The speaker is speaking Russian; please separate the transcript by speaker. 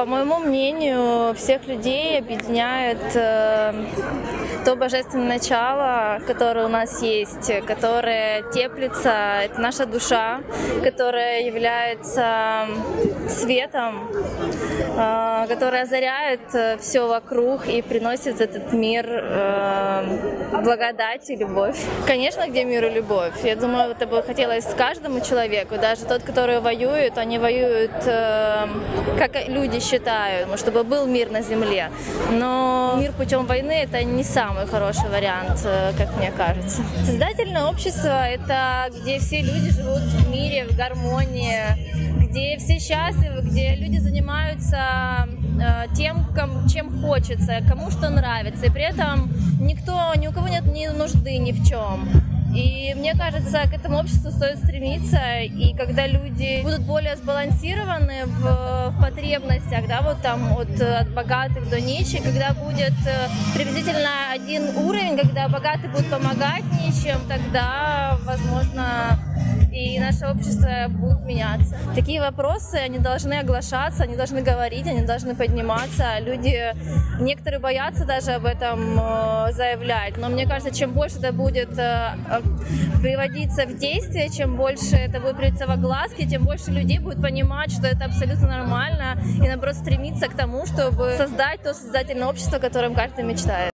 Speaker 1: По моему мнению, всех людей объединяет то божественное начало, которое у нас есть, которое теплится, это наша душа, которая является светом, которая озаряет все вокруг и приносит в этот мир благодать и любовь. Конечно, где мир и любовь? Я думаю, это бы хотелось каждому человеку, даже тот, который воюет, они воюют, как люди считают, чтобы был мир на земле. Но мир путем войны — это не самый хороший вариант, как мне кажется. Созидательное общество — это где все люди живут в мире, в гармонии, где все счастливы, где люди занимаются тем, чем хочется, кому что нравится, и при этом ни у кого нет ни нужды ни в чем. И мне кажется, к этому обществу стоит стремиться, и когда люди будут более сбалансированы в потребностях, да, вот там от богатых до нищих, когда будет приблизительно один уровень, когда богатые будут помогать нищим, тогда, возможно, и наше общество будет меняться. Такие вопросы, они должны оглашаться, они должны говорить, они должны подниматься. Люди, некоторые боятся даже об этом заявлять, но мне кажется, чем больше это будет приводиться в действие, чем больше это будет приводиться в огласке, тем больше людей будет понимать, что это абсолютно нормально, и наоборот стремиться к тому, чтобы создать то созидательное общество, о котором каждый мечтает.